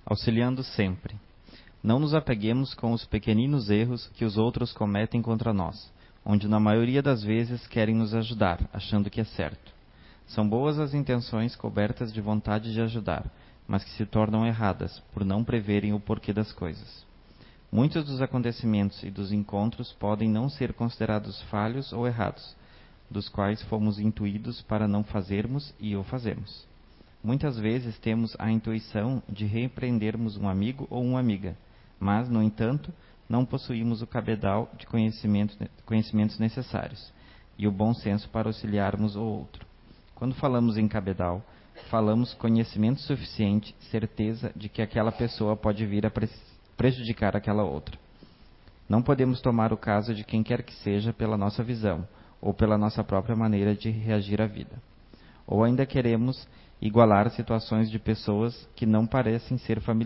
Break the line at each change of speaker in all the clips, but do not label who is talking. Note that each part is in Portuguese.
auxiliando sempre. Não nos apeguemos com os pequeninos erros que os outros cometem contra nós, onde na maioria das vezes querem nos ajudar, achando que é certo. São boas as intenções cobertas de vontade de ajudar, mas que se tornam erradas, por não preverem o porquê das coisas. Muitos dos acontecimentos e dos encontros podem não ser considerados falhos ou errados, dos quais fomos intuídos para não fazermos e o fazemos. Muitas vezes temos a intuição de repreendermos um amigo ou uma amiga, mas, no entanto, não possuímos o cabedal de conhecimentos necessários e o bom senso para auxiliarmos o outro. Quando falamos em cabedal, falamos conhecimento suficiente, certeza de que aquela pessoa pode vir a prejudicar aquela outra. Não podemos tomar o caso de quem quer que seja pela nossa visão ou pela nossa própria maneira de reagir à vida. Ou ainda queremos igualar situações de pessoas que nos parecem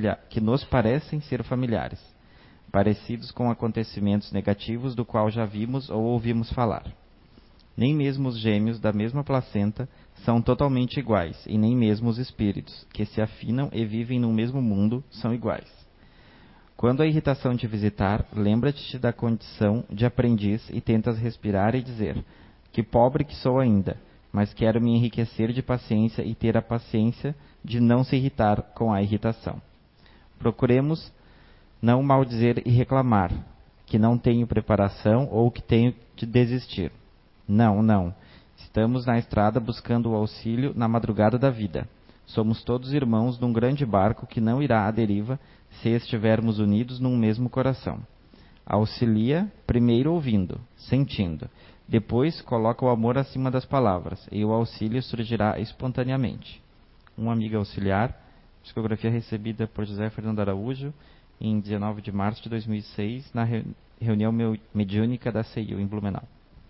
ser familiares, parecidos com acontecimentos negativos do qual já vimos ou ouvimos falar. Nem mesmo os gêmeos da mesma placenta são totalmente iguais, e nem mesmo os espíritos, que se afinam e vivem no mesmo mundo, são iguais. Quando a irritação te visitar, lembra-te da condição de aprendiz e tentas respirar e dizer: que pobre que sou ainda, mas quero me enriquecer de paciência e ter a paciência de não se irritar com a irritação. Procuremos não maldizer e reclamar, que não tenho preparação ou que tenho de desistir. Não. Estamos na estrada buscando o auxílio na madrugada da vida. Somos todos irmãos num grande barco que não irá à deriva se estivermos unidos num mesmo coração. Auxilia, primeiro ouvindo, sentindo. Depois coloca o amor acima das palavras, e o auxílio surgirá espontaneamente. Uma amiga auxiliar, psicografia recebida por José Fernando Araújo, em 19 de março de 2006, na reunião mediúnica da CEIU, em Blumenau.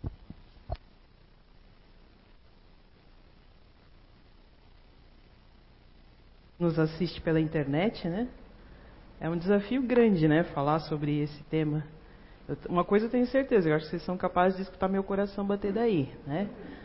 Nos assiste pela internet, né? É um desafio grande, né? Falar sobre esse tema. Uma coisa eu tenho certeza, eu acho que vocês são capazes de escutar meu coração bater daí, né?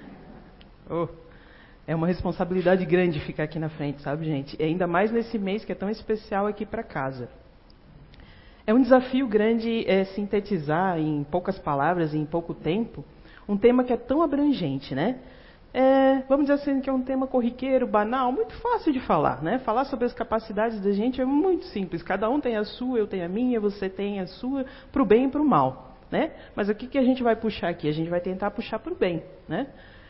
É uma responsabilidade grande ficar aqui na frente, sabe, gente? E ainda mais nesse mês que é tão especial aqui para casa. É um desafio grande sintetizar em poucas palavras, em pouco tempo, um tema que é tão abrangente, né? Vamos dizer assim, que é um tema corriqueiro, banal, muito fácil de falar, né? Falar sobre as capacidades da gente é muito simples. Cada um tem a sua, eu tenho a minha, você tem a sua, para o bem e para o mal, né? Mas o que a gente vai puxar aqui? A gente vai tentar puxar para o bem, né?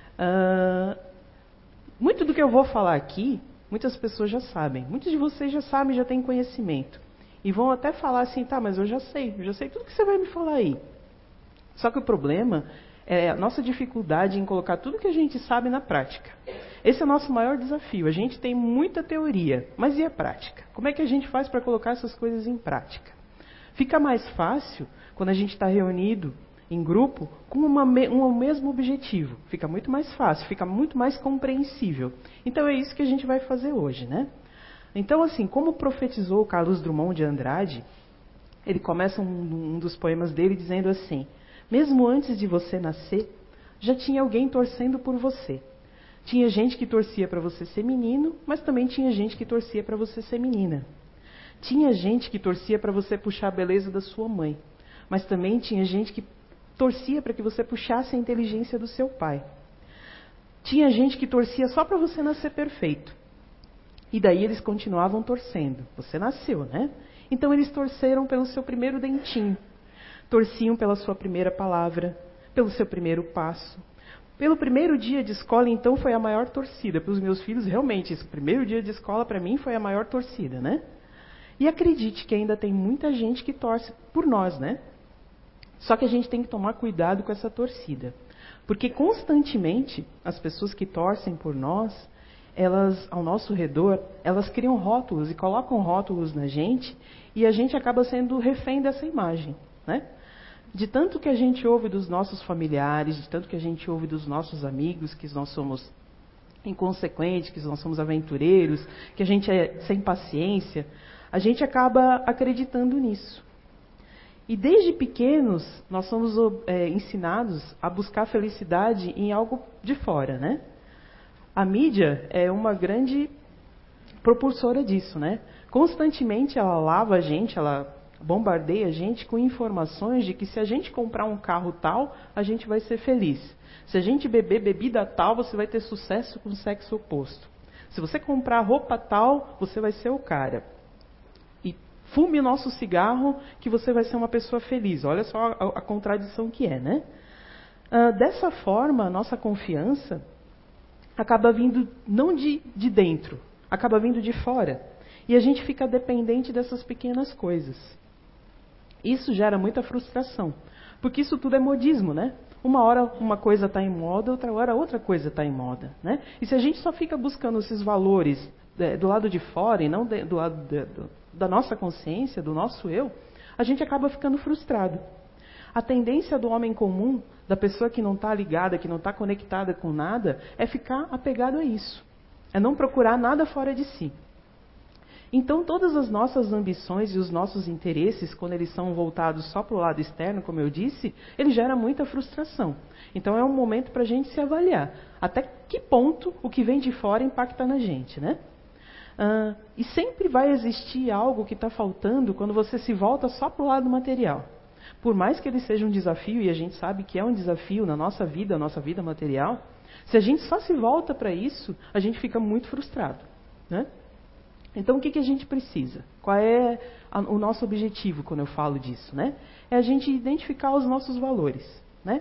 Muito do que eu vou falar aqui, muitas pessoas já sabem. Muitos de vocês já sabem, já têm conhecimento. E vão até falar assim, tá, mas eu já sei tudo que você vai me falar aí. Só que o problema é a nossa dificuldade em colocar tudo que a gente sabe na prática. Esse é o nosso maior desafio. A gente tem muita teoria, mas e a prática? Como é que a gente faz para colocar essas coisas em prática? Fica mais fácil quando a gente está reunido em grupo com um mesmo objetivo. Fica muito mais fácil, fica muito mais compreensível. Então é isso que a gente vai fazer hoje, né? Então, assim, como profetizou Carlos Drummond de Andrade, ele começa um dos poemas dele dizendo assim: mesmo antes de você nascer, já tinha alguém torcendo por você. Tinha gente que torcia para você ser menino, mas também tinha gente que torcia para você ser menina. Tinha gente que torcia para você puxar a beleza da sua mãe, mas também tinha gente que torcia para que você puxasse a inteligência do seu pai. Tinha gente que torcia só para você nascer perfeito. E daí eles continuavam torcendo. Você nasceu, né? Então eles torceram pelo seu primeiro dentinho. Torciam pela sua primeira palavra, pelo seu primeiro passo. Pelo primeiro dia de escola, então, foi a maior torcida. Para os meus filhos, realmente, esse primeiro dia de escola, para mim, foi a maior torcida, né? E acredite que ainda tem muita gente que torce por nós, né? Só que a gente tem que tomar cuidado com essa torcida. Porque constantemente, as pessoas que torcem por nós, elas, ao nosso redor, elas criam rótulos e colocam rótulos na gente, e a gente acaba sendo refém dessa imagem, né? De tanto que a gente ouve dos nossos familiares, de tanto que a gente ouve dos nossos amigos, que nós somos inconsequentes, que nós somos aventureiros, que a gente é sem paciência, a gente acaba acreditando nisso. E desde pequenos, nós somos ensinados a buscar felicidade em algo de fora, né? A mídia é uma grande propulsora disso, né? Constantemente ela lava a gente, ela bombardeia a gente com informações de que se a gente comprar um carro tal, a gente vai ser feliz. Se a gente beber bebida tal, você vai ter sucesso com o sexo oposto. Se você comprar roupa tal, você vai ser o cara. E fume nosso cigarro que você vai ser uma pessoa feliz. Olha só a contradição que é, né? Dessa forma, a nossa confiança acaba vindo não de dentro, acaba vindo de fora. E a gente fica dependente dessas pequenas coisas. Isso gera muita frustração, porque isso tudo é modismo, né? Uma hora uma coisa está em moda, outra hora outra coisa está em moda, né? E se a gente só fica buscando esses valores do lado de fora e não do lado da nossa consciência, do nosso eu, a gente acaba ficando frustrado. A tendência do homem comum, da pessoa que não está ligada, que não está conectada com nada, é ficar apegado a isso. É não procurar nada fora de si. Então, todas as nossas ambições e os nossos interesses, quando eles são voltados só para o lado externo, como eu disse, ele gera muita frustração. Então, é um momento para a gente se avaliar. Até que ponto o que vem de fora impacta na gente, né? E sempre vai existir algo que está faltando quando você se volta só para o lado material. Por mais que ele seja um desafio, e a gente sabe que é um desafio na nossa vida material, se a gente só se volta para isso, a gente fica muito frustrado, né? Então, o que a gente precisa? Qual é o nosso objetivo quando eu falo disso, né? É a gente identificar os nossos valores, né?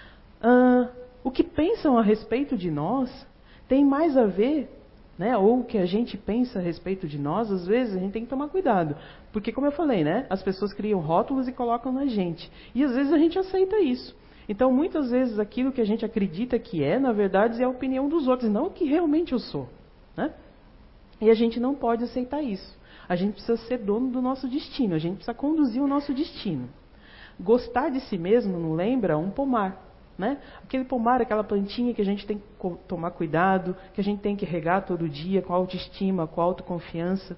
O que pensam a respeito de nós tem mais a ver, né? Ou o que a gente pensa a respeito de nós, às vezes a gente tem que tomar cuidado. Porque, como eu falei, né? As pessoas criam rótulos e colocam na gente. E às vezes a gente aceita isso. Então, muitas vezes aquilo que a gente acredita que é, na verdade, é a opinião dos outros, não o que realmente eu sou, né? E a gente não pode aceitar isso. A gente precisa ser dono do nosso destino. A gente precisa conduzir o nosso destino. Gostar de si mesmo não lembra um pomar, né? Aquele pomar, aquela plantinha que a gente tem que tomar cuidado, que a gente tem que regar todo dia com autoestima, com autoconfiança.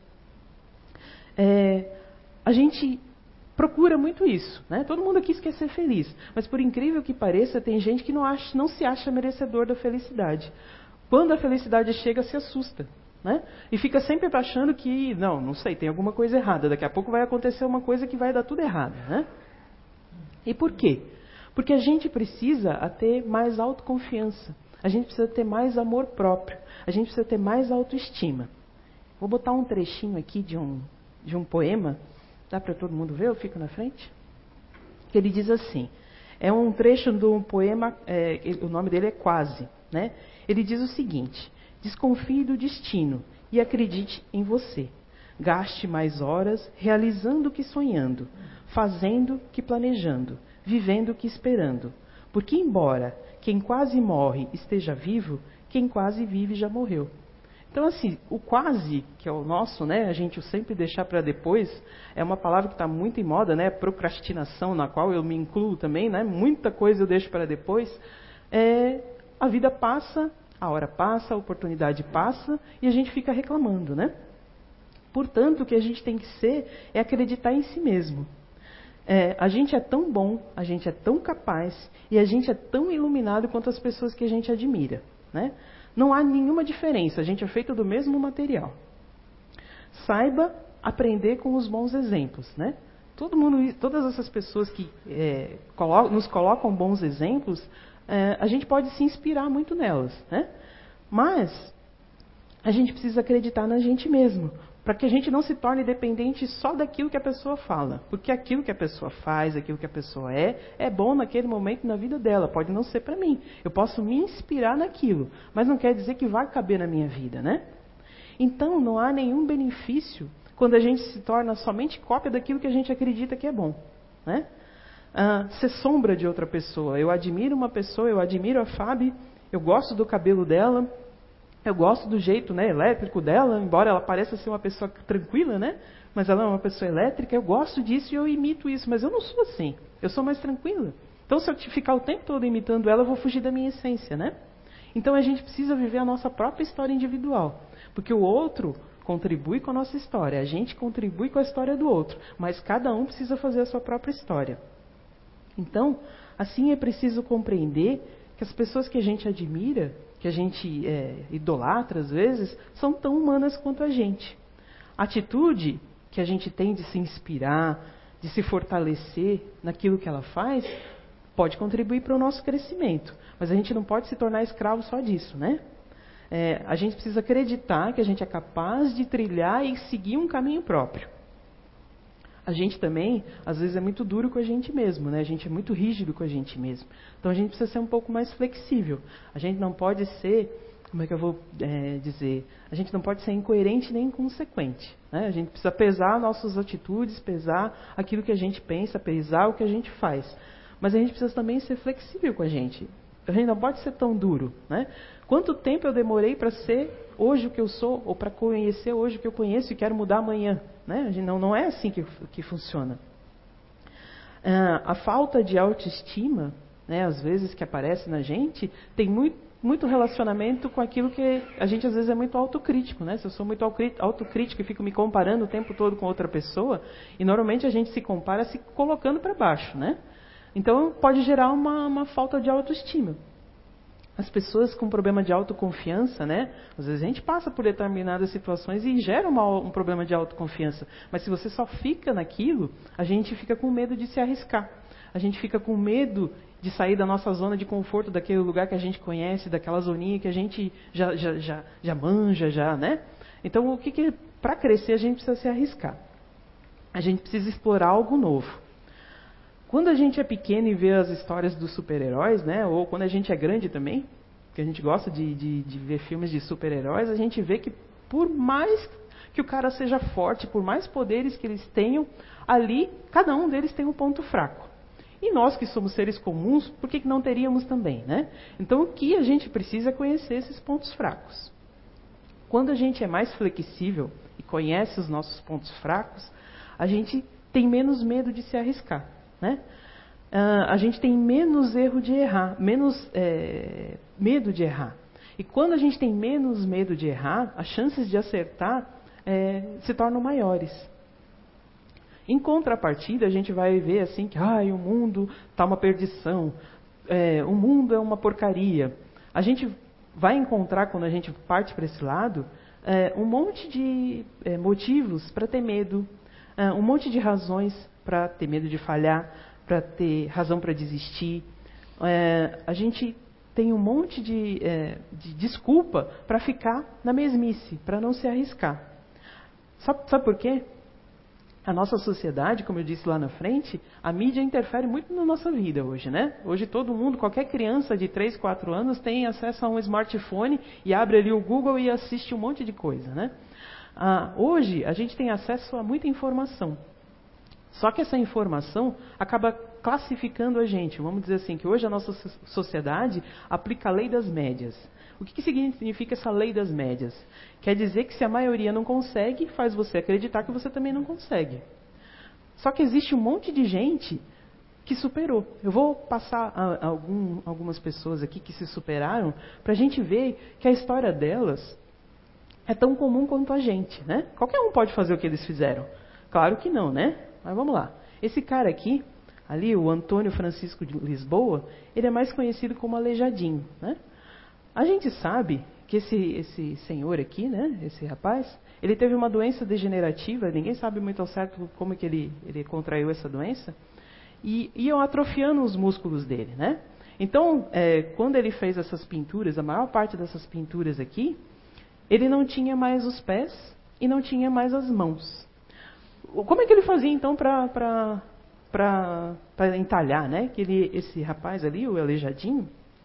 A gente procura muito isso, né? Todo mundo aqui quer ser feliz. Mas por incrível que pareça, tem gente que não se acha merecedor da felicidade. Quando a felicidade chega, se assusta. Né? E fica sempre achando que, não sei, tem alguma coisa errada. Daqui a pouco vai acontecer uma coisa que vai dar tudo errado. Né? E por quê? Porque a gente precisa ter mais autoconfiança. A gente precisa ter mais amor próprio. A gente precisa ter mais autoestima. Vou botar um trechinho aqui de um poema. Dá para todo mundo ver? Eu fico na frente? Que ele diz assim. É um trecho de um poema, o nome dele é Quase. Né? Ele diz o seguinte: desconfie do destino e acredite em você. Gaste mais horas realizando que sonhando, fazendo que planejando, vivendo que esperando. Porque embora quem quase morre esteja vivo, quem quase vive já morreu. Então, assim, o quase, que é o nosso, né, a gente sempre deixar para depois, é uma palavra que está muito em moda, né, procrastinação, na qual eu me incluo também, né, muita coisa eu deixo para depois. A vida passa, a hora passa, a oportunidade passa e a gente fica reclamando, né? Portanto, o que a gente tem que ser é acreditar em si mesmo. A gente é tão bom, a gente é tão capaz e a gente é tão iluminado quanto as pessoas que a gente admira, né? Não há nenhuma diferença, a gente é feito do mesmo material. Saiba aprender com os bons exemplos, né? Todas essas pessoas que nos colocam bons exemplos, a gente pode se inspirar muito nelas, né? Mas a gente precisa acreditar na gente mesmo, para que a gente não se torne dependente só daquilo que a pessoa fala. Porque aquilo que a pessoa faz, aquilo que a pessoa é bom naquele momento na vida dela, pode não ser para mim. Eu posso me inspirar naquilo, mas não quer dizer que vai caber na minha vida, né? Então, não há nenhum benefício quando a gente se torna somente cópia daquilo que a gente acredita que é bom, né? Ser sombra de outra pessoa. Eu admiro uma pessoa, eu admiro a Fábio, eu gosto do cabelo dela, eu gosto do jeito, né, elétrico dela, embora ela pareça ser uma pessoa tranquila, né? Mas ela é uma pessoa elétrica, eu gosto disso e eu imito isso, mas eu não sou assim, eu sou mais tranquila. Então, se eu ficar o tempo todo imitando ela, eu vou fugir da minha essência, né? Então, a gente precisa viver a nossa própria história individual, porque o outro contribui com a nossa história, a gente contribui com a história do outro, mas cada um precisa fazer a sua própria história. Então, assim é preciso compreender que as pessoas que a gente admira, que a gente idolatra às vezes, são tão humanas quanto a gente. A atitude que a gente tem de se inspirar, de se fortalecer naquilo que ela faz, pode contribuir para o nosso crescimento. Mas a gente não pode se tornar escravo só disso, né? A gente precisa acreditar que a gente é capaz de trilhar e seguir um caminho próprio. A gente também, às vezes, é muito duro com a gente mesmo, né? A gente é muito rígido com a gente mesmo. Então a gente precisa ser um pouco mais flexível. A gente não pode ser, como é que eu vou dizer? A gente não pode ser incoerente nem inconsequente, né? A gente precisa pesar nossas atitudes, pesar aquilo que a gente pensa, pesar o que a gente faz. Mas a gente precisa também ser flexível com a gente. A gente não pode ser tão duro, né? Quanto tempo eu demorei para ser hoje o que eu sou, ou para conhecer hoje o que eu conheço e quero mudar amanhã, né? A gente não é assim que funciona. A falta de autoestima, né, às vezes que aparece na gente, tem muito relacionamento com aquilo que a gente às vezes é muito autocrítico, né? Se eu sou muito autocrítico e fico me comparando o tempo todo com outra pessoa, e normalmente a gente se compara se colocando para baixo, né? Então pode gerar uma falta de autoestima. As pessoas com problema de autoconfiança, né? Às vezes a gente passa por determinadas situações e gera um problema de autoconfiança. Mas se você só fica naquilo, a gente fica com medo de se arriscar. A gente fica com medo de sair da nossa zona de conforto, daquele lugar que a gente conhece, daquela zoninha que a gente já manja, né? Então, para crescer, a gente precisa se arriscar. A gente precisa explorar algo novo. Quando a gente é pequeno e vê as histórias dos super-heróis, né, ou quando a gente é grande também, que a gente gosta de ver filmes de super-heróis, a gente vê que por mais que o cara seja forte, por mais poderes que eles tenham, ali, cada um deles tem um ponto fraco. E nós que somos seres comuns, por que não teríamos também, né? Então o que a gente precisa é conhecer esses pontos fracos. Quando a gente é mais flexível e conhece os nossos pontos fracos, a gente tem menos medo de se arriscar. Né? A gente tem menos medo de errar. E quando a gente tem menos medo de errar, as chances de acertar se tornam maiores. Em contrapartida, a gente vai ver assim que o mundo está uma perdição, o mundo é uma porcaria. A gente vai encontrar, quando a gente parte para esse lado, um monte de motivos para ter medo, um monte de razões para ter medo de falhar, para ter razão para desistir. A gente tem um monte de desculpa para ficar na mesmice, para não se arriscar. Sabe por quê? A nossa sociedade, como eu disse lá na frente, a mídia interfere muito na nossa vida hoje, né? Hoje todo mundo, qualquer criança de 3, 4 anos tem acesso a um smartphone e abre ali o Google e assiste um monte de coisa, né? Hoje a gente tem acesso a muita informação. Só que essa informação acaba classificando a gente. Vamos dizer assim, que hoje a nossa sociedade aplica a lei das médias. O que significa essa lei das médias? Quer dizer que se a maioria não consegue, faz você acreditar que você também não consegue. Só que existe um monte de gente que superou. Eu vou passar algumas pessoas aqui que se superaram para a gente ver que a história delas é tão comum quanto a gente, né? Qualquer um pode fazer o que eles fizeram. Claro que não, né? Mas vamos lá. Esse cara aqui, ali, o Antônio Francisco de Lisboa, ele é mais conhecido como Aleijadinho, né? A gente sabe que esse senhor aqui, né, esse rapaz, ele teve uma doença degenerativa, ninguém sabe muito ao certo como que ele contraiu essa doença, e iam atrofiando os músculos dele, né? Então, quando ele fez essas pinturas, a maior parte dessas pinturas aqui, ele não tinha mais os pés e não tinha mais as mãos. Como é que ele fazia então para entalhar, né? Que esse rapaz ali, o Aleijadinho,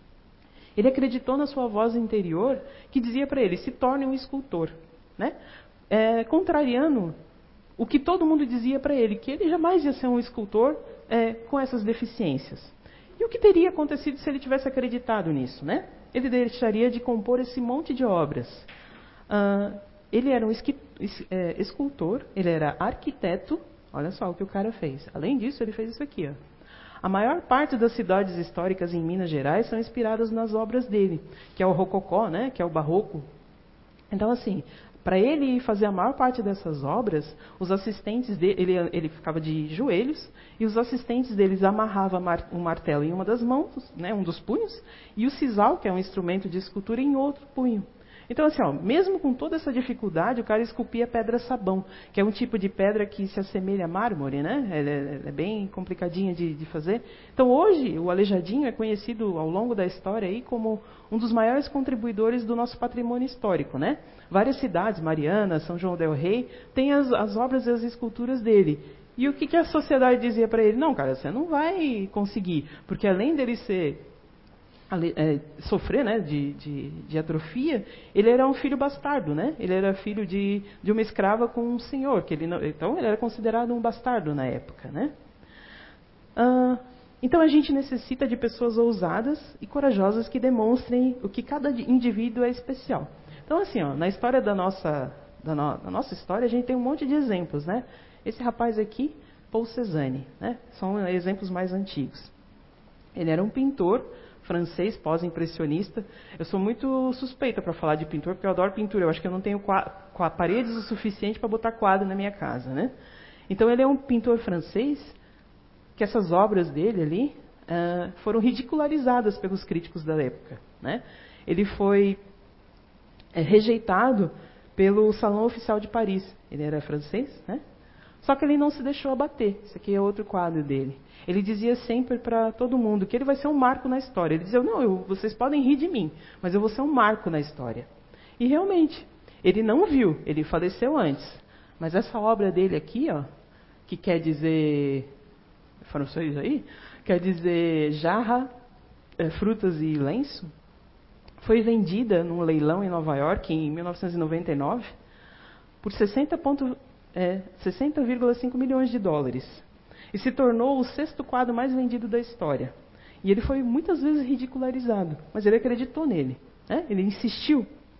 ele acreditou na sua voz interior que dizia para ele: se torne um escultor, né? Contrariando o que todo mundo dizia para ele, que ele jamais ia ser um escultor com essas deficiências. E o que teria acontecido se ele tivesse acreditado nisso, né? Ele deixaria de compor esse monte de obras. Ele era um escultor, ele era arquiteto. Olha só o que o cara fez. Além disso, ele fez isso aqui, ó. A maior parte das cidades históricas em Minas Gerais são inspiradas nas obras dele, que é o rococó, né? Que é o barroco. Então, assim, Para ele fazer a maior parte dessas obras, os assistentes dele, ele ficava de joelhos, e os assistentes deles amarravam um martelo em uma das mãos, né, um dos punhos, e o sisal, que é um instrumento de escultura, em outro punho. Então, assim, mesmo com toda essa dificuldade, o cara esculpia pedra-sabão, que é um tipo de pedra que se assemelha a mármore, né? Ela é bem complicadinha de fazer. Então, hoje, o Aleijadinho é conhecido ao longo da história aí como um dos maiores contribuidores do nosso patrimônio histórico, né? Várias cidades, Mariana, São João del Rei, têm as obras e as esculturas dele. E o que a sociedade dizia para ele? Não, cara, você não vai conseguir, porque além dele sofrer, né, de atrofia, ele era um filho bastardo, né? Ele era filho de uma escrava com um senhor, então ele era considerado um bastardo na época, né? Então a gente necessita de pessoas ousadas e corajosas que demonstrem o que cada indivíduo é especial. Então, assim, na história da nossa história, a gente tem um monte de exemplos, né? Esse rapaz aqui, Paul Cézanne, né? São exemplos mais antigos. Ele era um pintor francês, pós-impressionista. Eu sou muito suspeita para falar de pintor, porque eu adoro pintura. Eu acho que eu não tenho paredes o suficiente para botar quadro na minha casa, né? Então, ele é um pintor francês que essas obras dele ali foram ridicularizadas pelos críticos da época, né? Ele foi rejeitado pelo Salão Oficial de Paris. Ele era francês, né? Só que ele não se deixou abater. Esse aqui é outro quadro dele. Ele dizia sempre para todo mundo que ele vai ser um marco na história. Ele dizia, não, vocês podem rir de mim, mas eu vou ser um marco na história. E realmente, ele não viu, ele faleceu antes. Mas essa obra dele aqui, que quer dizer, francês aí, quer dizer jarra, frutas e lenço, foi vendida num leilão em Nova York em 1999 por 60,5 milhões de dólares. E se tornou o 6º quadro mais vendido da história. E ele foi muitas vezes ridicularizado, mas ele acreditou nele, né? Ele insistiu.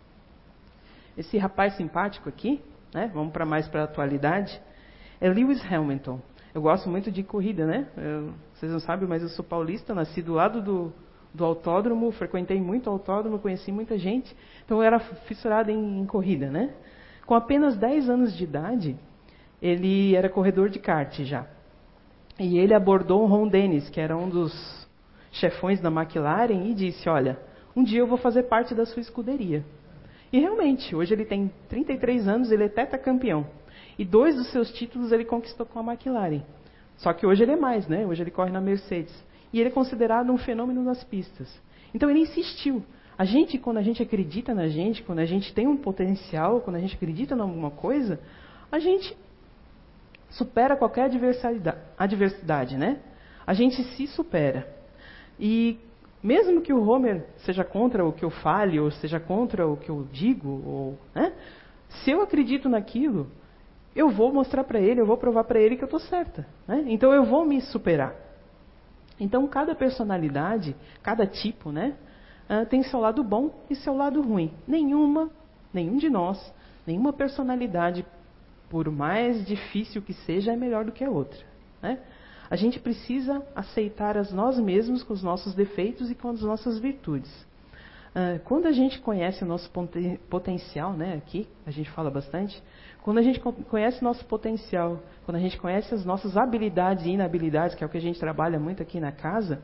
Esse rapaz simpático aqui, né? Vamos mais para a atualidade, é Lewis Hamilton. Eu gosto muito de corrida, né? Vocês não sabem, mas eu sou paulista, nasci do lado do autódromo, frequentei muito o autódromo, conheci muita gente, então eu era fissurado em corrida, né? Com apenas 10 anos de idade, ele era corredor de kart já. E ele abordou o Ron Dennis, que era um dos chefões da McLaren, e disse, olha, um dia eu vou fazer parte da sua escuderia. E realmente, hoje ele tem 33 anos, ele é tetracampeão. E 2 dos seus títulos ele conquistou com a McLaren. Só que hoje ele é mais, né? Hoje ele corre na Mercedes. E ele é considerado um fenômeno nas pistas. Então ele insistiu. Quando a gente acredita na gente, quando a gente tem um potencial, quando a gente acredita em alguma coisa, a gente supera qualquer adversidade, né? A gente se supera. E mesmo que o Homer seja contra o que eu fale, ou seja contra o que eu digo, né? Se eu acredito naquilo, eu vou mostrar para ele, eu vou provar para ele que eu estou certa, né? Então eu vou me superar. Então cada personalidade, cada tipo, né, tem seu lado bom e seu lado ruim. Nenhum de nós, nenhuma personalidade, por mais difícil que seja, é melhor do que a outra, né? A gente precisa aceitar nós mesmos com os nossos defeitos e com as nossas virtudes. Quando a gente conhece o nosso potencial, né, aqui a gente fala bastante, quando a gente conhece o nosso potencial, quando a gente conhece as nossas habilidades e inabilidades, que é o que a gente trabalha muito aqui na casa,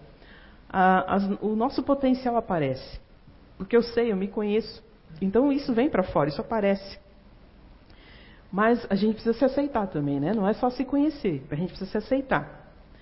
o nosso potencial aparece. Porque eu me conheço. Então isso vem para fora, isso aparece. Mas a gente precisa se aceitar também, né? Não é só se conhecer, a gente precisa se aceitar.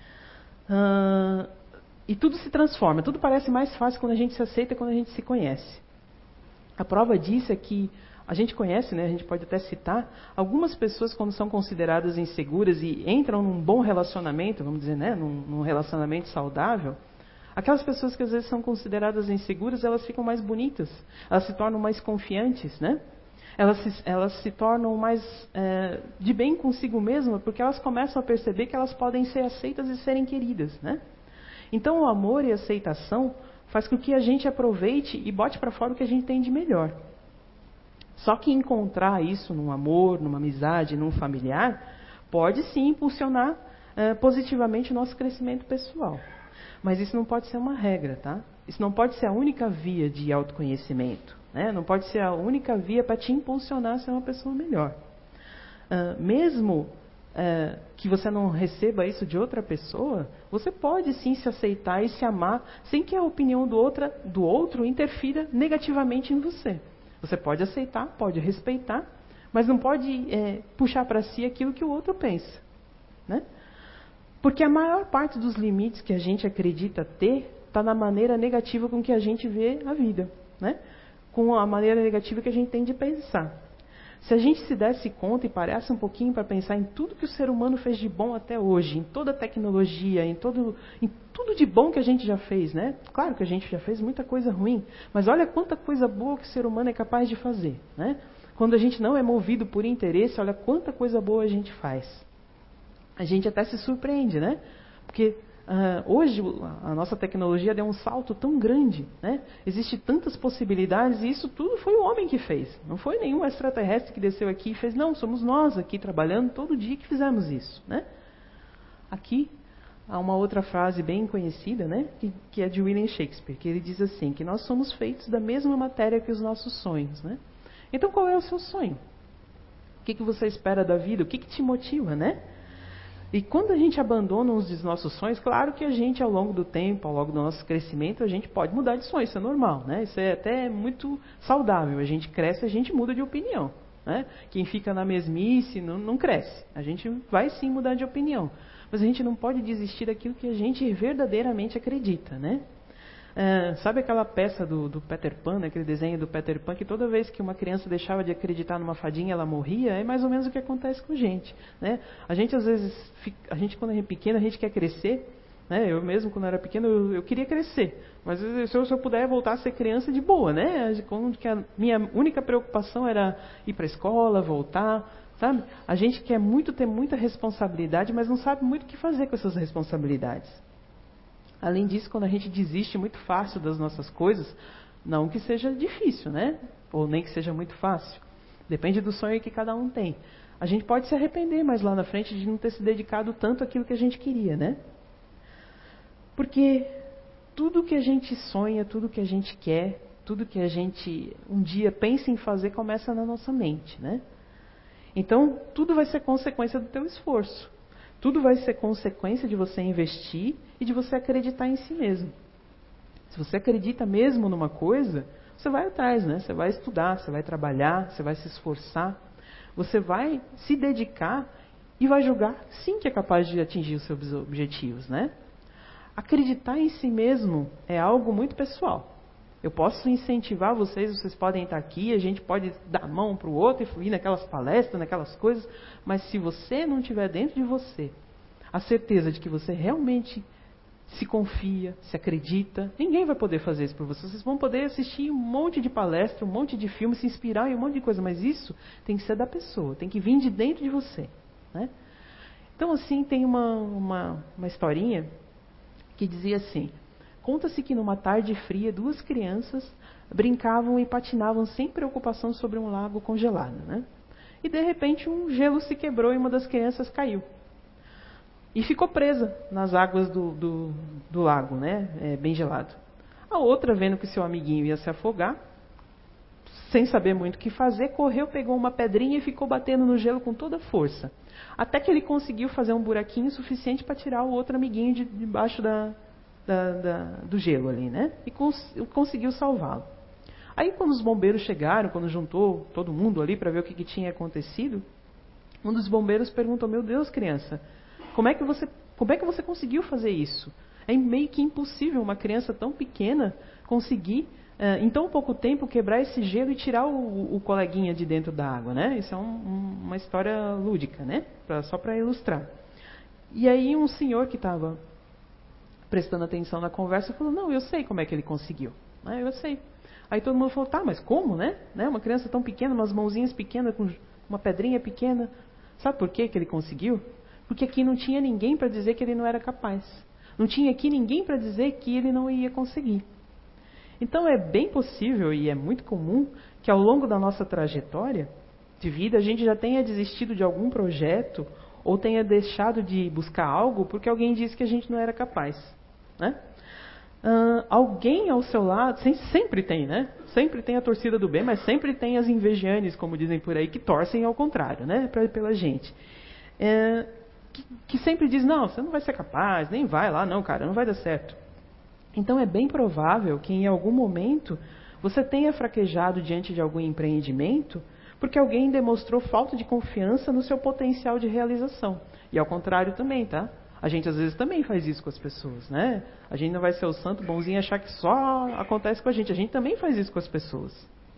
E tudo se transforma, tudo parece mais fácil quando a gente se aceita e quando a gente se conhece. A prova disso é que a gente conhece, né, a gente pode até citar, algumas pessoas quando são consideradas inseguras e entram num bom relacionamento, vamos dizer, né, num relacionamento saudável, aquelas pessoas que às vezes são consideradas inseguras, elas ficam mais bonitas, elas se tornam mais confiantes, né? Elas se tornam mais de bem consigo mesmas, porque elas começam a perceber que elas podem ser aceitas e serem queridas, né? Então o amor e a aceitação faz com que a gente aproveite e bote para fora o que a gente tem de melhor. Só que encontrar isso num amor, numa amizade, num familiar, pode sim impulsionar positivamente o nosso crescimento pessoal. Mas isso não pode ser uma regra, tá? Isso não pode ser a única via de autoconhecimento. né? Não pode ser a única via para te impulsionar a ser uma pessoa melhor. Mesmo que você não receba isso de outra pessoa, você pode sim se aceitar e se amar sem que a opinião do outro interfira negativamente em você. Você pode aceitar, pode respeitar, mas não pode puxar para si aquilo que o outro pensa, né? Porque a maior parte dos limites que a gente acredita ter está na maneira negativa com que a gente vê a vida, né? Com a maneira negativa que a gente tem de pensar. Se a gente se desse conta e parasse um pouquinho para pensar em tudo que o ser humano fez de bom até hoje, em toda a tecnologia, em tudo de bom que a gente já fez, né? Claro que a gente já fez muita coisa ruim, mas olha quanta coisa boa que o ser humano é capaz de fazer, né? Quando a gente não é movido por interesse, olha quanta coisa boa a gente faz. A gente até se surpreende, né? Porque hoje a nossa tecnologia deu um salto tão grande, né? Existem tantas possibilidades e isso tudo foi o homem que fez. Não foi nenhum extraterrestre que desceu aqui e fez, não, somos nós aqui trabalhando todo dia que fizemos isso, né? Aqui há uma outra frase bem conhecida, né? Que é de William Shakespeare, que ele diz assim, que nós somos feitos da mesma matéria que os nossos sonhos, né? Então qual é o seu sonho? O que você espera da vida? O que te motiva, né? E quando a gente abandona uns dos nossos sonhos, claro que a gente, ao longo do tempo, ao longo do nosso crescimento, a gente pode mudar de sonho, isso é normal, né? Isso é até muito saudável. A gente cresce, a gente muda de opinião, né? Quem fica na mesmice não cresce. A gente vai sim mudar de opinião. Mas a gente não pode desistir daquilo que a gente verdadeiramente acredita, né? Sabe aquela peça do Peter Pan, né? Aquele desenho do Peter Pan, que toda vez que uma criança deixava de acreditar numa fadinha, ela morria? É mais ou menos o que acontece com a gente, né? A gente às vezes, quando a gente é pequeno, a gente quer crescer, né? Eu mesmo, quando era pequeno, eu queria crescer, mas se eu puder voltar a ser criança, de boa, né? Quando que a minha única preocupação era ir para a escola, voltar, sabe? A gente quer ter muita responsabilidade, mas não sabe muito o que fazer com essas responsabilidades. Além disso, quando a gente desiste muito fácil das nossas coisas, não que seja difícil, né? Ou nem que seja muito fácil. Depende do sonho que cada um tem. A gente pode se arrepender mais lá na frente de não ter se dedicado tanto àquilo que a gente queria, né? Porque tudo que a gente sonha, tudo que a gente quer, tudo que a gente um dia pensa em fazer começa na nossa mente, né? Então, tudo vai ser consequência do teu esforço. Tudo vai ser consequência de você investir e de você acreditar em si mesmo. Se você acredita mesmo numa coisa, você vai atrás, né? Você vai estudar, você vai trabalhar, você vai se esforçar. Você vai se dedicar e vai julgar, sim, que é capaz de atingir os seus objetivos, né? Acreditar em si mesmo é algo muito pessoal. Eu posso incentivar vocês podem estar aqui, a gente pode dar a mão para o outro e ir naquelas palestras, naquelas coisas, mas se você não tiver dentro de você a certeza de que você realmente se confia, se acredita, ninguém vai poder fazer isso por vocês. Vocês vão poder assistir um monte de palestra, um monte de filme, se inspirar em um monte de coisa, mas isso tem que ser da pessoa, tem que vir de dentro de você, né? Então, assim, tem uma historinha que dizia assim: conta-se que numa tarde fria, 2 crianças brincavam e patinavam sem preocupação sobre um lago congelado, né? E de repente um gelo se quebrou e uma das crianças caiu. E ficou presa nas águas do lago, né? Bem gelado. A outra, vendo que seu amiguinho ia se afogar, sem saber muito o que fazer, correu, pegou uma pedrinha e ficou batendo no gelo com toda a força. Até que ele conseguiu fazer um buraquinho suficiente para tirar o outro amiguinho debaixo do gelo ali, né? E conseguiu salvá-lo. Aí quando os bombeiros chegaram, quando juntou todo mundo ali para ver o que tinha acontecido, um dos bombeiros perguntou: meu Deus, criança, como é que você conseguiu fazer isso? É meio que impossível uma criança tão pequena conseguir, em tão pouco tempo, quebrar esse gelo e tirar o coleguinha de dentro da água, né? Isso é uma história lúdica, né? Só para ilustrar. E aí um senhor que estava prestando atenção na conversa falou: não, eu sei como é que ele conseguiu. Eu sei. Aí todo mundo falou: tá, mas como, né? Uma criança tão pequena, umas mãozinhas pequenas, com uma pedrinha pequena. Sabe por que ele conseguiu? Porque aqui não tinha ninguém para dizer que ele não era capaz. Não tinha aqui ninguém para dizer que ele não ia conseguir. Então é bem possível e é muito comum que ao longo da nossa trajetória de vida a gente já tenha desistido de algum projeto ou tenha deixado de buscar algo porque alguém disse que a gente não era capaz, né? Alguém ao seu lado, sempre tem, né? Sempre tem a torcida do bem, mas sempre tem as invejanes, como dizem por aí, que torcem ao contrário, né? Pela gente. Que sempre diz, não, você não vai ser capaz, nem vai lá, não, cara, não vai dar certo. Então é bem provável que em algum momento você tenha fraquejado diante de algum empreendimento porque alguém demonstrou falta de confiança no seu potencial de realização. E ao contrário também, tá? A gente às vezes também faz isso com as pessoas, né? A gente não vai ser o santo bonzinho e achar que só acontece com a gente também faz isso com as pessoas.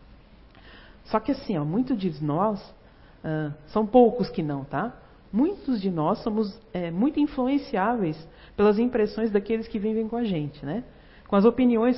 Só que assim, ó, muitos de nós, são poucos que não, tá? Muitos de nós somos muito influenciáveis pelas impressões daqueles que vivem com a gente, né? Com as opiniões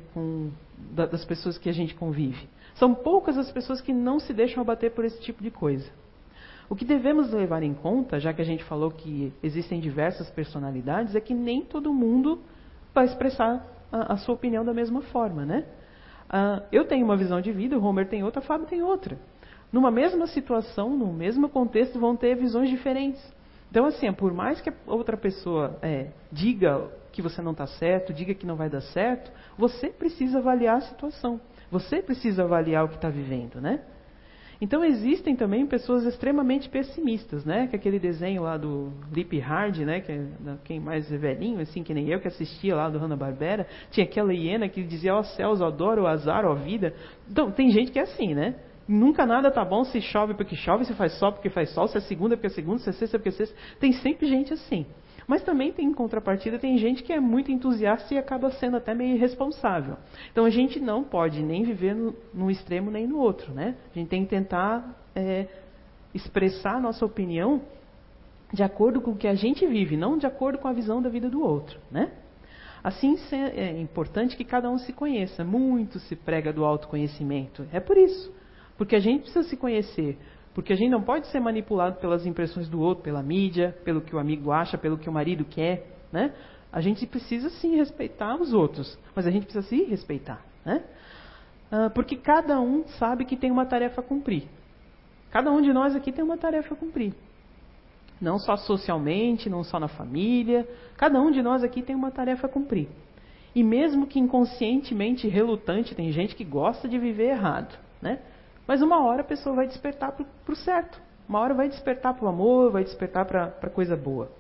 das pessoas que a gente convive. São poucas as pessoas que não se deixam abater por esse tipo de coisa. O que devemos levar em conta, já que a gente falou que existem diversas personalidades, é que nem todo mundo vai expressar a sua opinião da mesma forma, né? Eu tenho uma visão de vida, o Homer tem outra, a Fábio tem outra. Numa mesma situação, no mesmo contexto, vão ter visões diferentes. Então, assim, por mais que a outra pessoa diga que você não está certo, diga que não vai dar certo, você precisa avaliar a situação. Você precisa avaliar o que está vivendo, né? Então existem também pessoas extremamente pessimistas, né? Que aquele desenho lá do Lip Hard, né? Que é quem mais é velhinho, assim, que nem eu, que assistia lá do Hanna-Barbera, tinha aquela hiena que dizia, ó céus, eu adoro o azar, ó vida. Então, tem gente que é assim, né? Nunca nada tá bom, se chove porque chove, se faz sol porque faz sol, se é segunda porque é segunda, se é sexta porque é sexta. Tem sempre gente assim. Mas também tem, em contrapartida, tem gente que é muito entusiasta e acaba sendo até meio irresponsável. Então a gente não pode nem viver num extremo nem no outro, né? A gente tem que tentar expressar a nossa opinião de acordo com o que a gente vive, não de acordo com a visão da vida do outro, né? Assim é importante que cada um se conheça. Muito se prega do autoconhecimento. É por isso. Porque a gente precisa se conhecer. Porque a gente não pode ser manipulado pelas impressões do outro, pela mídia, pelo que o amigo acha, pelo que o marido quer, né? A gente precisa sim respeitar os outros, mas a gente precisa se respeitar, né? Porque cada um sabe que tem uma tarefa a cumprir. Cada um de nós aqui tem uma tarefa a cumprir. Não só socialmente, não só na família. Cada um de nós aqui tem uma tarefa a cumprir. E mesmo que inconscientemente relutante, tem gente que gosta de viver errado, né? Mas uma hora a pessoa vai despertar para o certo. Uma hora vai despertar para o amor, vai despertar para coisa boa.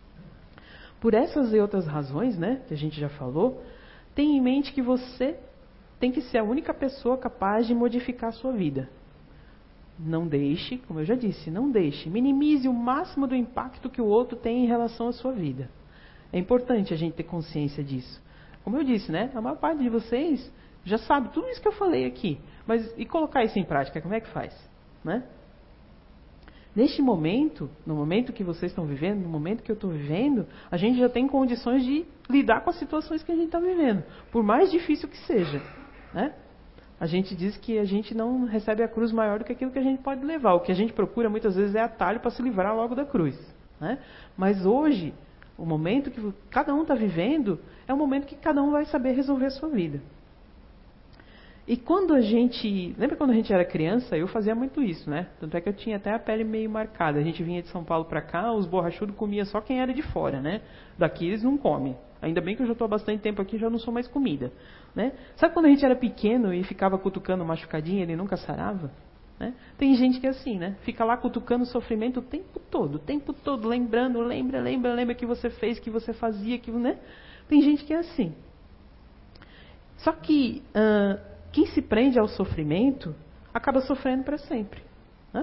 Por essas e outras razões, né, que a gente já falou, tenha em mente que você tem que ser a única pessoa capaz de modificar a sua vida. Não deixe, como eu já disse, não deixe. Minimize o máximo do impacto que o outro tem em relação à sua vida. É importante a gente ter consciência disso. Como eu disse, né, a maior parte de vocês já sabe tudo isso que eu falei aqui. Mas e colocar isso em prática, como é que faz? Né? Neste momento, no momento que vocês estão vivendo, no momento que eu estou vivendo, a gente já tem condições de lidar com as situações que a gente está vivendo, por mais difícil que seja. Né? A gente diz que a gente não recebe a cruz maior do que aquilo que a gente pode levar. O que a gente procura muitas vezes é atalho para se livrar logo da cruz. Né? Mas hoje, o momento que cada um está vivendo, é o momento que cada um vai saber resolver a sua vida. E quando a gente... Lembra quando a gente era criança? Eu fazia muito isso, né? Tanto é que eu tinha até a pele meio marcada. A gente vinha de São Paulo para cá, os borrachudos comiam só quem era de fora, né? Daqui eles não comem. Ainda bem que eu já estou há bastante tempo aqui e já não sou mais comida. Né? Sabe quando a gente era pequeno e ficava cutucando machucadinha e ele nunca sarava? Né? Tem gente que é assim, né? Fica lá cutucando o sofrimento o tempo todo, lembrando, lembra que você fez, que você fazia, que, né? Tem gente que é assim. Só que... quem se prende ao sofrimento acaba sofrendo para sempre. Né?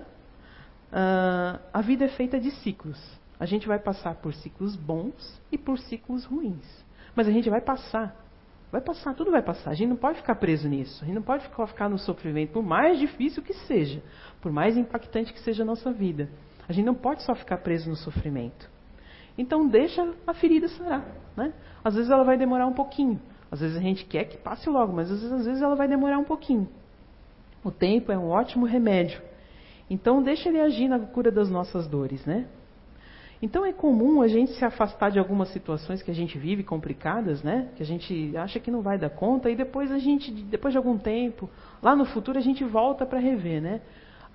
A vida é feita de ciclos. A gente vai passar por ciclos bons e por ciclos ruins. Mas a gente vai passar. Vai passar, tudo vai passar. A gente não pode ficar preso nisso. A gente não pode ficar no sofrimento, por mais difícil que seja. Por mais impactante que seja a nossa vida. A gente não pode só ficar preso no sofrimento. Então deixa a ferida sarar. Né? Às vezes ela vai demorar um pouquinho. Às vezes a gente quer que passe logo, mas às vezes ela vai demorar um pouquinho. O tempo é um ótimo remédio. Então deixa ele agir na cura das nossas dores, né? Então é comum a gente se afastar de algumas situações que a gente vive complicadas, né? Que a gente acha que não vai dar conta e depois de algum tempo, lá no futuro a gente volta para rever, né?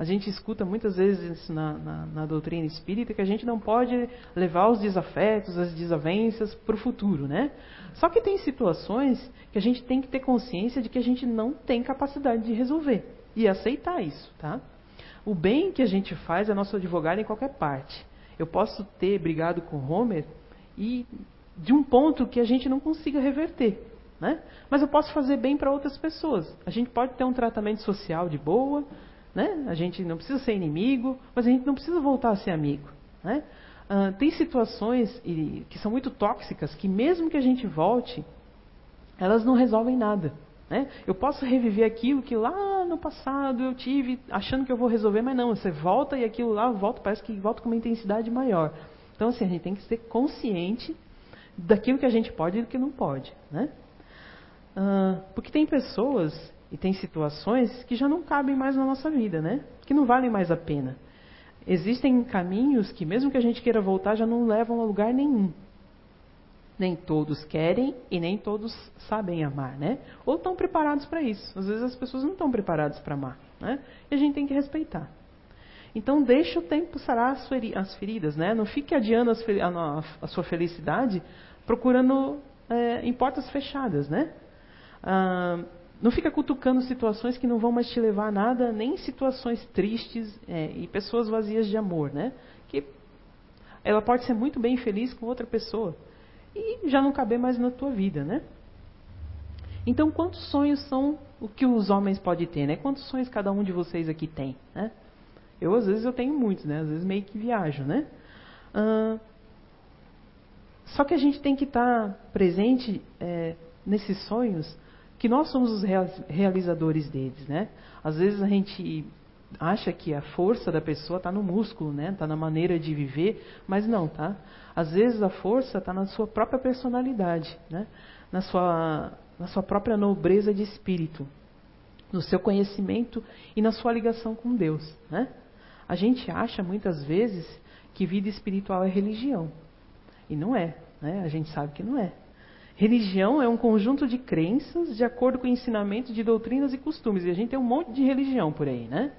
A gente escuta muitas vezes na doutrina espírita que a gente não pode levar os desafetos, as desavenças para o futuro, né? Só que tem situações que a gente tem que ter consciência de que a gente não tem capacidade de resolver e aceitar isso, tá? O bem que a gente faz é nosso advogado em qualquer parte. Eu posso ter brigado com Homer e de um ponto que a gente não consiga reverter, né? Mas eu posso fazer bem para outras pessoas. A gente pode ter um tratamento social de boa, né? A gente não precisa ser inimigo, mas a gente não precisa voltar a ser amigo, né? Tem situações que são muito tóxicas que mesmo que a gente volte, elas não resolvem nada, né? Eu posso reviver aquilo que lá no passado eu tive achando que eu vou resolver, mas não, você volta e aquilo lá volta, parece que volta com uma intensidade maior. Então assim, a gente tem que ser consciente daquilo que a gente pode e do que não pode, né? Porque tem pessoas e tem situações que já não cabem mais na nossa vida, né? Que não valem mais a pena. Existem caminhos que mesmo que a gente queira voltar, já não levam a lugar nenhum. Nem todos querem e nem todos sabem amar, né? Ou estão preparados para isso. Às vezes as pessoas não estão preparadas para amar, né? E a gente tem que respeitar. Então deixa o tempo sarar as feridas, né? Não fique adiando a sua felicidade procurando em portas fechadas, né? Não fica cutucando situações que não vão mais te levar a nada, nem situações tristes e pessoas vazias de amor, né? Que ela pode ser muito bem feliz com outra pessoa e já não caber mais na tua vida, né? Então, quantos sonhos são o que os homens podem ter, né? Quantos sonhos cada um de vocês aqui tem, né? Às vezes, eu tenho muitos, né? Às vezes, meio que viajo, né? Só que a gente tem que estar presente nesses sonhos, que nós somos os realizadores deles, né? Às vezes, a gente acha que a força da pessoa está no músculo, né? Está na maneira de viver, mas não, tá? Às vezes, a força está na sua própria personalidade, né? Na sua própria nobreza de espírito, no seu conhecimento e na sua ligação com Deus, né? A gente acha muitas vezes que vida espiritual é religião. E não é, né? A gente sabe que não é. Religião é um conjunto de crenças de acordo com o ensinamento de doutrinas e costumes. E a gente tem um monte de religião por aí, né?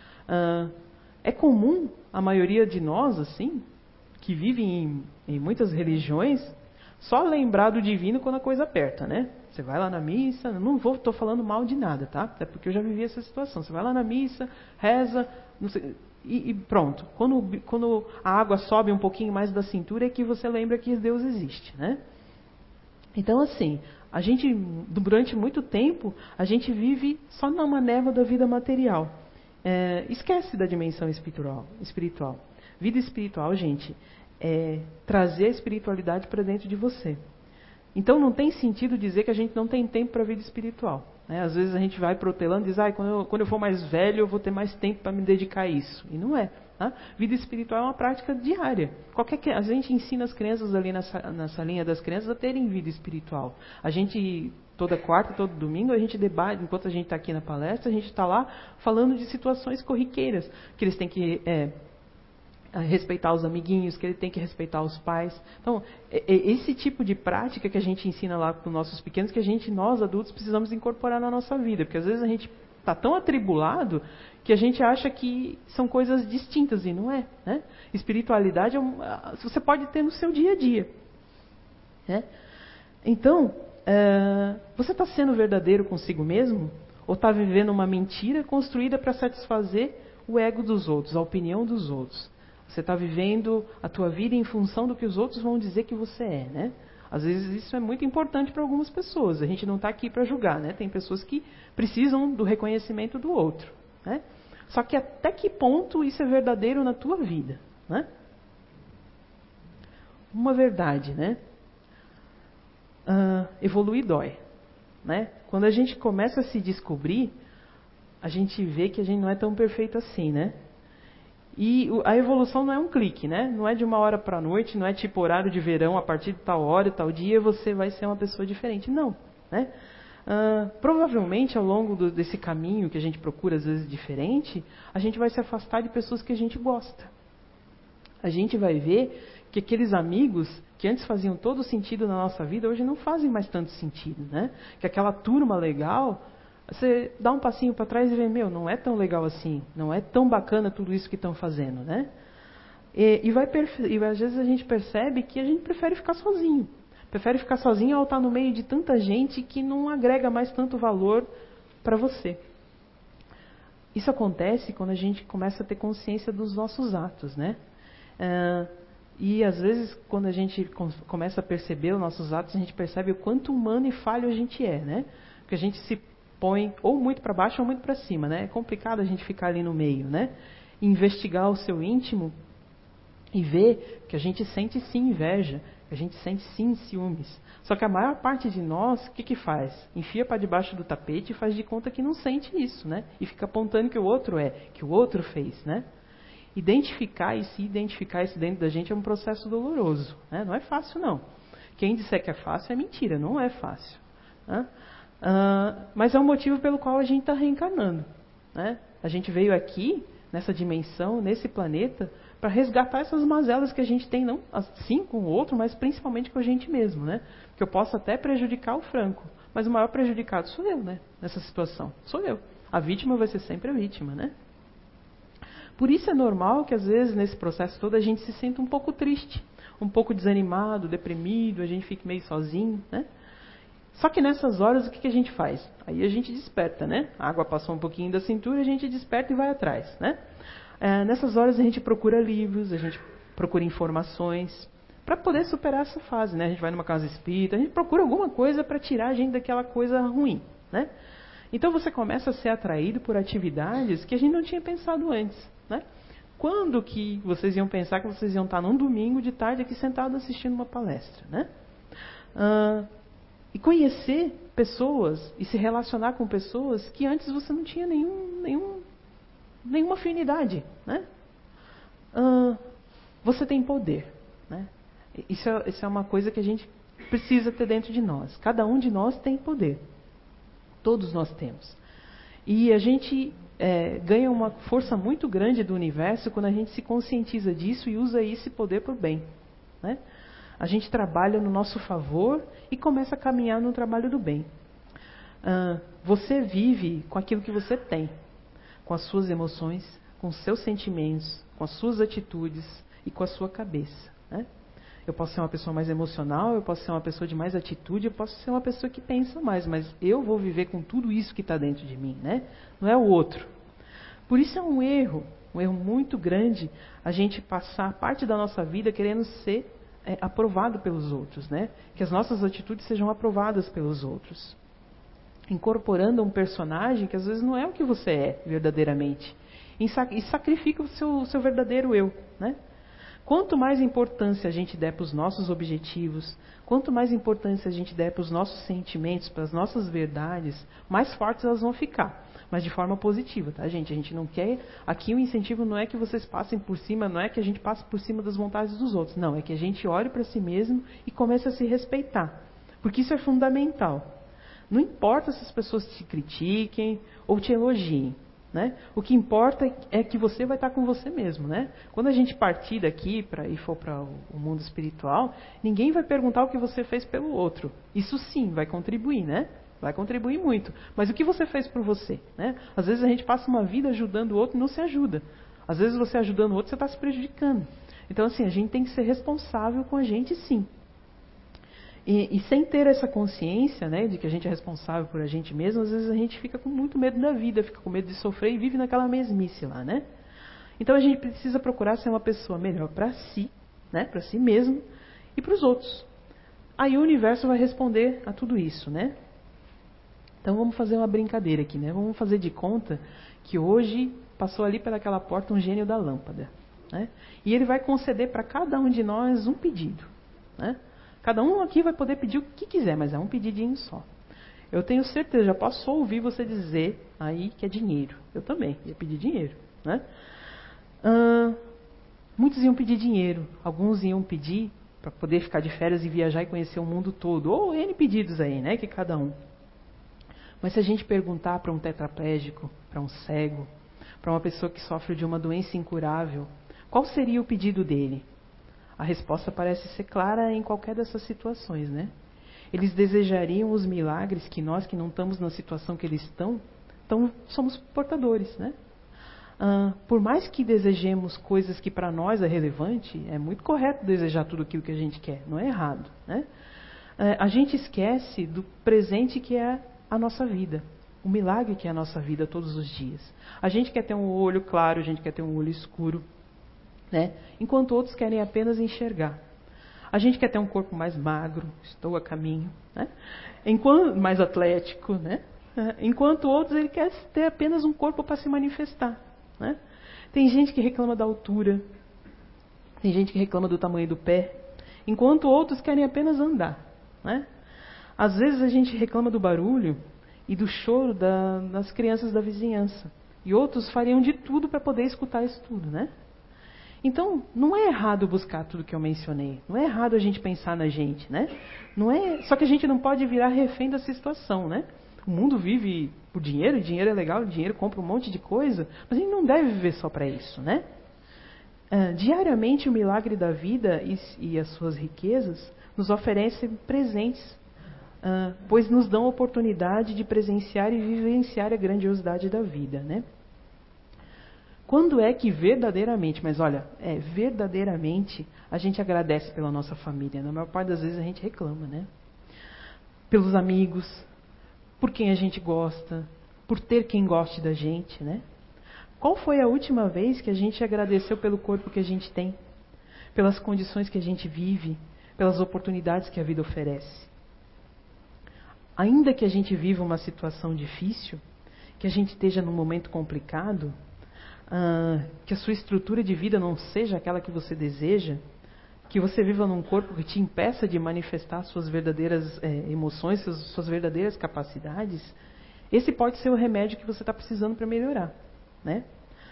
É comum a maioria de nós, assim, que vivem em muitas religiões, só lembrar do divino quando a coisa aperta, né? Você vai lá na missa, estou falando mal de nada, tá? Até porque eu já vivi essa situação. Você vai lá na missa, reza, não sei, e pronto. Quando a água sobe um pouquinho mais da cintura é que você lembra que Deus existe, né? Então, assim, a gente, durante muito tempo, a gente vive só na manévoa da vida material. Esquece da dimensão espiritual. Vida espiritual, gente, é trazer a espiritualidade para dentro de você. Então, não tem sentido dizer que a gente não tem tempo para a vida espiritual, né? Às vezes a gente vai protelando e diz, quando eu for mais velho eu vou ter mais tempo para me dedicar a isso. E não é. Tá? Vida espiritual é uma prática diária. A gente ensina as crianças ali na salinha das crianças a terem vida espiritual. A gente, toda quarta, todo domingo, a gente debate, enquanto a gente está aqui na palestra, a gente está lá falando de situações corriqueiras, que eles têm que respeitar os amiguinhos, que ele tem que respeitar os pais. Então, esse tipo de prática que a gente ensina lá para os nossos pequenos, que nós adultos, precisamos incorporar na nossa vida. Porque às vezes a gente está tão atribulado que a gente acha que são coisas distintas, e não é, né? Espiritualidade você pode ter no seu dia a dia, né? Então, você está sendo verdadeiro consigo mesmo? Ou está vivendo uma mentira construída para satisfazer o ego dos outros, a opinião dos outros? Você está vivendo a tua vida em função do que os outros vão dizer que você é, né? Às vezes isso é muito importante para algumas pessoas. A gente não está aqui para julgar, né? Tem pessoas que precisam do reconhecimento do outro, né? Só que até que ponto isso é verdadeiro na tua vida, né? Uma verdade, né? Evoluir dói, né? Quando a gente começa a se descobrir, a gente vê que a gente não é tão perfeito assim, né? E a evolução não é um clique, né? Não é de uma hora para a noite, não é tipo horário de verão, a partir de tal hora e tal dia você vai ser uma pessoa diferente. Não, né? Provavelmente ao longo desse caminho que a gente procura às vezes diferente, a gente vai se afastar de pessoas que a gente gosta. A gente vai ver que aqueles amigos que antes faziam todo sentido na nossa vida, hoje não fazem mais tanto sentido, né? Que aquela turma legal você dá um passinho para trás e vê, não é tão legal assim, não é tão bacana tudo isso que estão fazendo, né? E às vezes a gente percebe que a gente prefere ficar sozinho. Prefere ficar sozinho ao estar no meio de tanta gente que não agrega mais tanto valor para você. Isso acontece quando a gente começa a ter consciência dos nossos atos, né? E às vezes, quando a gente começa a perceber os nossos atos, a gente percebe o quanto humano e falho a gente é, né? Porque a gente se põe ou muito para baixo ou muito para cima, né? É complicado a gente ficar ali no meio, né? Investigar o seu íntimo e ver que a gente sente sim inveja, que a gente sente sim ciúmes. Só que a maior parte de nós, o que faz? Enfia para debaixo do tapete e faz de conta que não sente isso, né? E fica apontando que o outro que o outro fez, né? Identificar e se identificar isso dentro da gente é um processo doloroso, né? Não é fácil, não. Quem disser que é fácil é mentira, não é fácil. Né? Mas é um motivo pelo qual a gente está reencarnando. Né? A gente veio aqui, nessa dimensão, nesse planeta, para resgatar essas mazelas que a gente tem, não assim com o outro, mas principalmente com a gente mesmo. Né? Que eu posso até prejudicar o Franco, mas o maior prejudicado sou eu, né? Nessa situação. Sou eu. A vítima vai ser sempre a vítima, né? Por isso é normal que às vezes nesse processo todo a gente se sinta um pouco triste, um pouco desanimado, deprimido, a gente fica meio sozinho, né? Só que nessas horas o que a gente faz? Aí a gente desperta, né? A água passou um pouquinho da cintura, a gente desperta e vai atrás, né? Nessas horas a gente procura livros, a gente procura informações para poder superar essa fase, né? A gente vai numa casa espírita, a gente procura alguma coisa para tirar a gente daquela coisa ruim, né? Então você começa a ser atraído por atividades que a gente não tinha pensado antes, né? Quando que vocês iam pensar que vocês iam estar num domingo de tarde aqui sentado assistindo uma palestra, né? E conhecer pessoas e se relacionar com pessoas que antes você não tinha nenhuma afinidade, né? Você tem poder, né? Isso é uma coisa que a gente precisa ter dentro de nós. Cada um de nós tem poder. Todos nós temos. E a gente ganha uma força muito grande do universo quando a gente se conscientiza disso e usa esse poder para o bem, né? A gente trabalha no nosso favor e começa a caminhar no trabalho do bem. Você vive com aquilo que você tem, com as suas emoções, com os seus sentimentos, com as suas atitudes e com a sua cabeça, né? Eu posso ser uma pessoa mais emocional, eu posso ser uma pessoa de mais atitude, eu posso ser uma pessoa que pensa mais, mas eu vou viver com tudo isso que está dentro de mim, né? Não é o outro. Por isso é um erro muito grande a gente passar parte da nossa vida querendo ser aprovado pelos outros, né? Que as nossas atitudes sejam aprovadas pelos outros. Incorporando um personagem que às vezes não é o que você é verdadeiramente. E sacrifica o seu verdadeiro eu, né? Quanto mais importância a gente der para os nossos objetivos, quanto mais importância a gente der para os nossos sentimentos, para as nossas verdades, mais fortes elas vão ficar. Mas de forma positiva, tá, gente? A gente não quer... Aqui o incentivo não é que vocês passem por cima, não é que a gente passe por cima das vontades dos outros. Não, é que a gente olhe para si mesmo e comece a se respeitar. Porque isso é fundamental. Não importa se as pessoas te critiquem ou te elogiem. Né? O que importa é que você vai estar com você mesmo, né? Quando a gente partir daqui e for para o mundo espiritual, ninguém vai perguntar o que você fez pelo outro. Isso sim vai contribuir, né? Vai contribuir muito. Mas o que você fez por você, né? Às vezes a gente passa uma vida ajudando o outro e não se ajuda. Às vezes você ajudando o outro, você está se prejudicando. Então assim, a gente tem que ser responsável com a gente, sim. E sem ter essa consciência, né, de que a gente é responsável por a gente mesmo, às vezes a gente fica com muito medo da vida, fica com medo de sofrer e vive naquela mesmice lá, né? Então a gente precisa procurar ser uma pessoa melhor para si, né, para si mesmo e para os outros. Aí o universo vai responder a tudo isso, né? Então vamos fazer uma brincadeira aqui, né? Vamos fazer de conta que hoje passou ali pelaquela porta um gênio da lâmpada, né? E ele vai conceder para cada um de nós um pedido, né? Cada um aqui vai poder pedir o que quiser, mas é um pedidinho só. Eu tenho certeza, já posso ouvir você dizer aí que é dinheiro. Eu também ia pedir dinheiro, né? Muitos iam pedir dinheiro, alguns iam pedir para poder ficar de férias e viajar e conhecer o mundo todo, ou N pedidos aí, né, que cada um. Mas se a gente perguntar para um tetraplégico, para um cego, para uma pessoa que sofre de uma doença incurável, qual seria o pedido dele? A resposta parece ser clara em qualquer dessas situações, né? eles desejariam os milagres que nós, que não estamos na situação que eles estão, somos portadores, né? Por mais que desejemos coisas que para nós é relevante, é muito correto desejar tudo aquilo que a gente quer, não é errado, né? A gente esquece do presente que é a nossa vida, o milagre que é a nossa vida todos os dias. A gente quer ter um olho claro, a gente quer ter um olho escuro, né? Enquanto outros querem apenas enxergar. A gente quer ter um corpo mais magro, estou a caminho, né? Mais atlético, né? Enquanto outros ele quer ter apenas um corpo para se manifestar, né? Tem gente que reclama da altura, tem gente que reclama do tamanho do pé, enquanto outros querem apenas andar, né? Às vezes a gente reclama do barulho e do choro das crianças da vizinhança, e outros fariam de tudo para poder escutar isso tudo, né? Então, não é errado buscar tudo que eu mencionei. Não é errado a gente pensar na gente, né? Não é, só que a gente não pode virar refém dessa situação, né? O mundo vive por dinheiro, e dinheiro é legal, o dinheiro compra um monte de coisa, mas a gente não deve viver só para isso, né? Diariamente o milagre da vida e as suas riquezas nos oferecem presentes, pois nos dão a oportunidade de presenciar e vivenciar a grandiosidade da vida, né? Quando é que verdadeiramente, mas olha, verdadeiramente a gente agradece pela nossa família? Na maior parte das vezes a gente reclama, né? Pelos amigos, por quem a gente gosta, por ter quem goste da gente, né? Qual foi a última vez que a gente agradeceu pelo corpo que a gente tem? Pelas condições que a gente vive, pelas oportunidades que a vida oferece? Ainda que a gente viva uma situação difícil, que a gente esteja num momento complicado, que a sua estrutura de vida não seja aquela que você deseja, que você viva num corpo que te impeça de manifestar suas verdadeiras emoções, suas verdadeiras capacidades, esse pode ser o remédio que você está precisando para melhorar, né?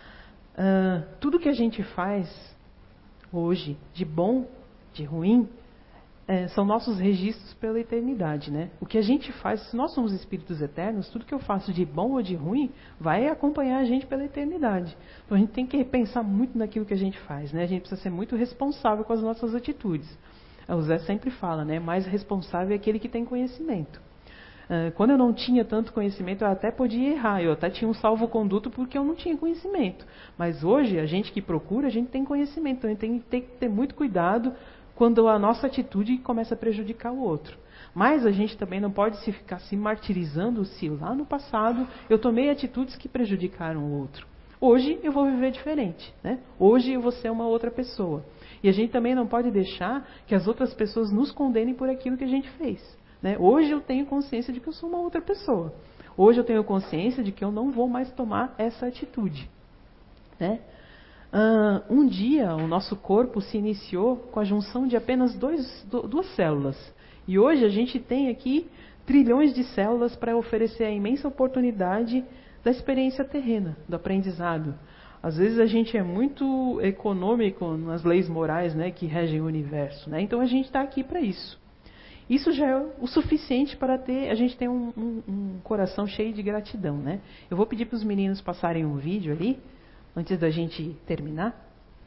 Tudo que a gente faz hoje, de bom, de ruim, são nossos registros pela eternidade, né? O que a gente faz, se nós somos espíritos eternos, tudo que eu faço de bom ou de ruim vai acompanhar a gente pela eternidade. Então a gente tem que pensar muito naquilo que a gente faz, né? A gente precisa ser muito responsável com as nossas atitudes. O Zé sempre fala, né? Mais responsável é aquele que tem conhecimento. Quando eu não tinha tanto conhecimento, eu até podia errar, eu até tinha um salvo-conduto porque eu não tinha conhecimento. Mas hoje, a gente que procura, a gente tem conhecimento, então a gente tem que ter muito cuidado quando a nossa atitude começa a prejudicar o outro. Mas a gente também não pode ficar se martirizando se lá no passado eu tomei atitudes que prejudicaram o outro. Hoje eu vou viver diferente, né? Hoje eu vou ser uma outra pessoa. E a gente também não pode deixar que as outras pessoas nos condenem por aquilo que a gente fez, né? Hoje eu tenho consciência de que eu sou uma outra pessoa. Hoje eu tenho consciência de que eu não vou mais tomar essa atitude, né? Um dia o nosso corpo se iniciou com a junção de apenas duas células. E hoje a gente tem aqui trilhões de células para oferecer a imensa oportunidade da experiência terrena, do aprendizado. Às vezes a gente é muito econômico nas leis morais, né, que regem o universo, né? Então a gente está aqui para isso. Isso já é o suficiente para a gente ter um coração cheio de gratidão, né? Eu vou pedir para os meninos passarem um vídeo ali, antes da gente terminar.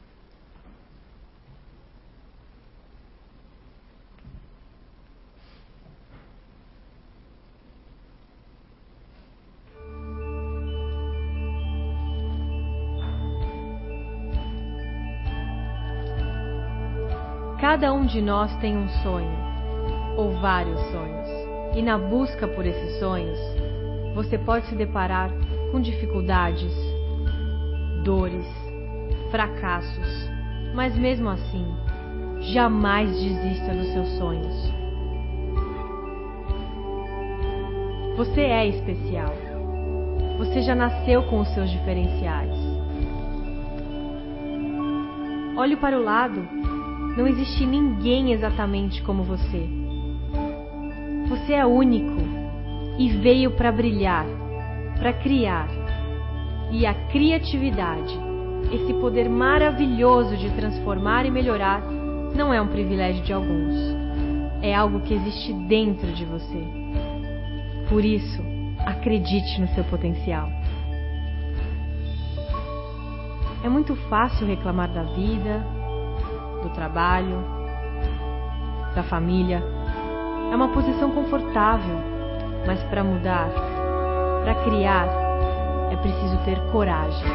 Cada um de nós tem um sonho, ou vários sonhos, e na busca por esses sonhos, você pode se deparar com dificuldades, dores, fracassos, mas mesmo assim, jamais desista dos seus sonhos. Você é especial. Você já nasceu com os seus diferenciais. Olhe para o lado. Não existe ninguém exatamente como você. Você é único e veio para brilhar, para criar. E a criatividade, esse poder maravilhoso de transformar e melhorar, não é um privilégio de alguns. É algo que existe dentro de você. Por isso, acredite no seu potencial. É muito fácil reclamar da vida, do trabalho, da família. é uma posição confortável, mas para mudar, para criar, é preciso ter coragem.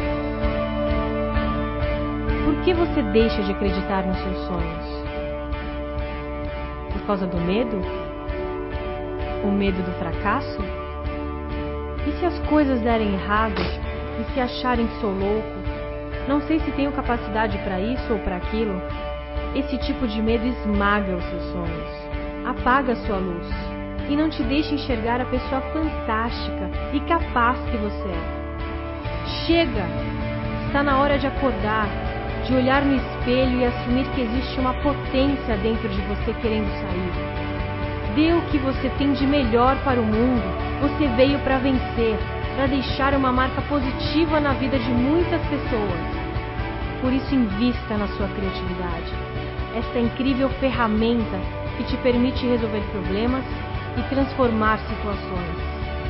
Por que você deixa de acreditar nos seus sonhos? Por causa do medo? O medo do fracasso? E se as coisas derem errado? E se acharem que sou louco? Não sei se tenho capacidade para isso ou para aquilo? Esse tipo de medo esmaga os seus sonhos, apaga a sua luz e não te deixa enxergar a pessoa fantástica e capaz que você é. Chega! Está na hora de acordar, de olhar no espelho e assumir que existe uma potência dentro de você querendo sair. Dê o que você tem de melhor para o mundo. Você veio para vencer, para deixar uma marca positiva na vida de muitas pessoas. Por isso, invista na sua criatividade. Esta incrível ferramenta que te permite resolver problemas e transformar situações.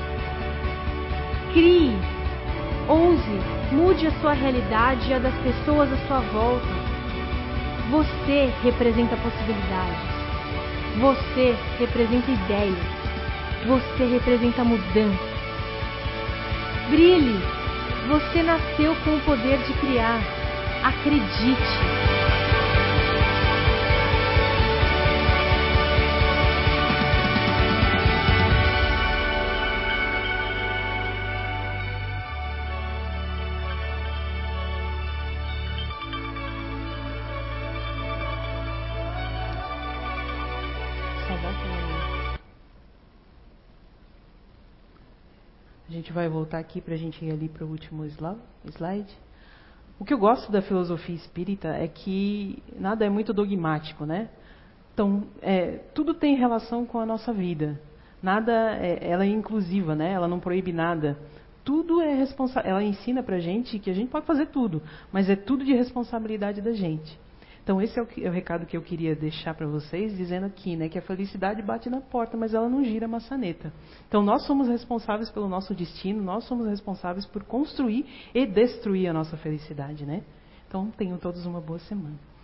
Crie, ouse, mude a sua realidade e a das pessoas à sua volta. Você representa possibilidades. Você representa ideias. Você representa mudança. Brilhe! Você nasceu com o poder de criar. Acredite!
A gente vai voltar aqui para a gente ir ali para o último slide. O que eu gosto da filosofia espírita é que nada é muito dogmático, né? Então, tudo tem relação com a nossa vida. Nada, ela é inclusiva, né? Ela não proíbe nada. Tudo é responsável. Ela ensina para a gente que a gente pode fazer tudo, mas é tudo de responsabilidade da gente. Então, esse é o recado que eu queria deixar para vocês, dizendo aqui, né, que a felicidade bate na porta, mas ela não gira a maçaneta. Então, nós somos responsáveis pelo nosso destino, nós somos responsáveis por construir e destruir a nossa felicidade, né? Então, tenham todos uma boa semana.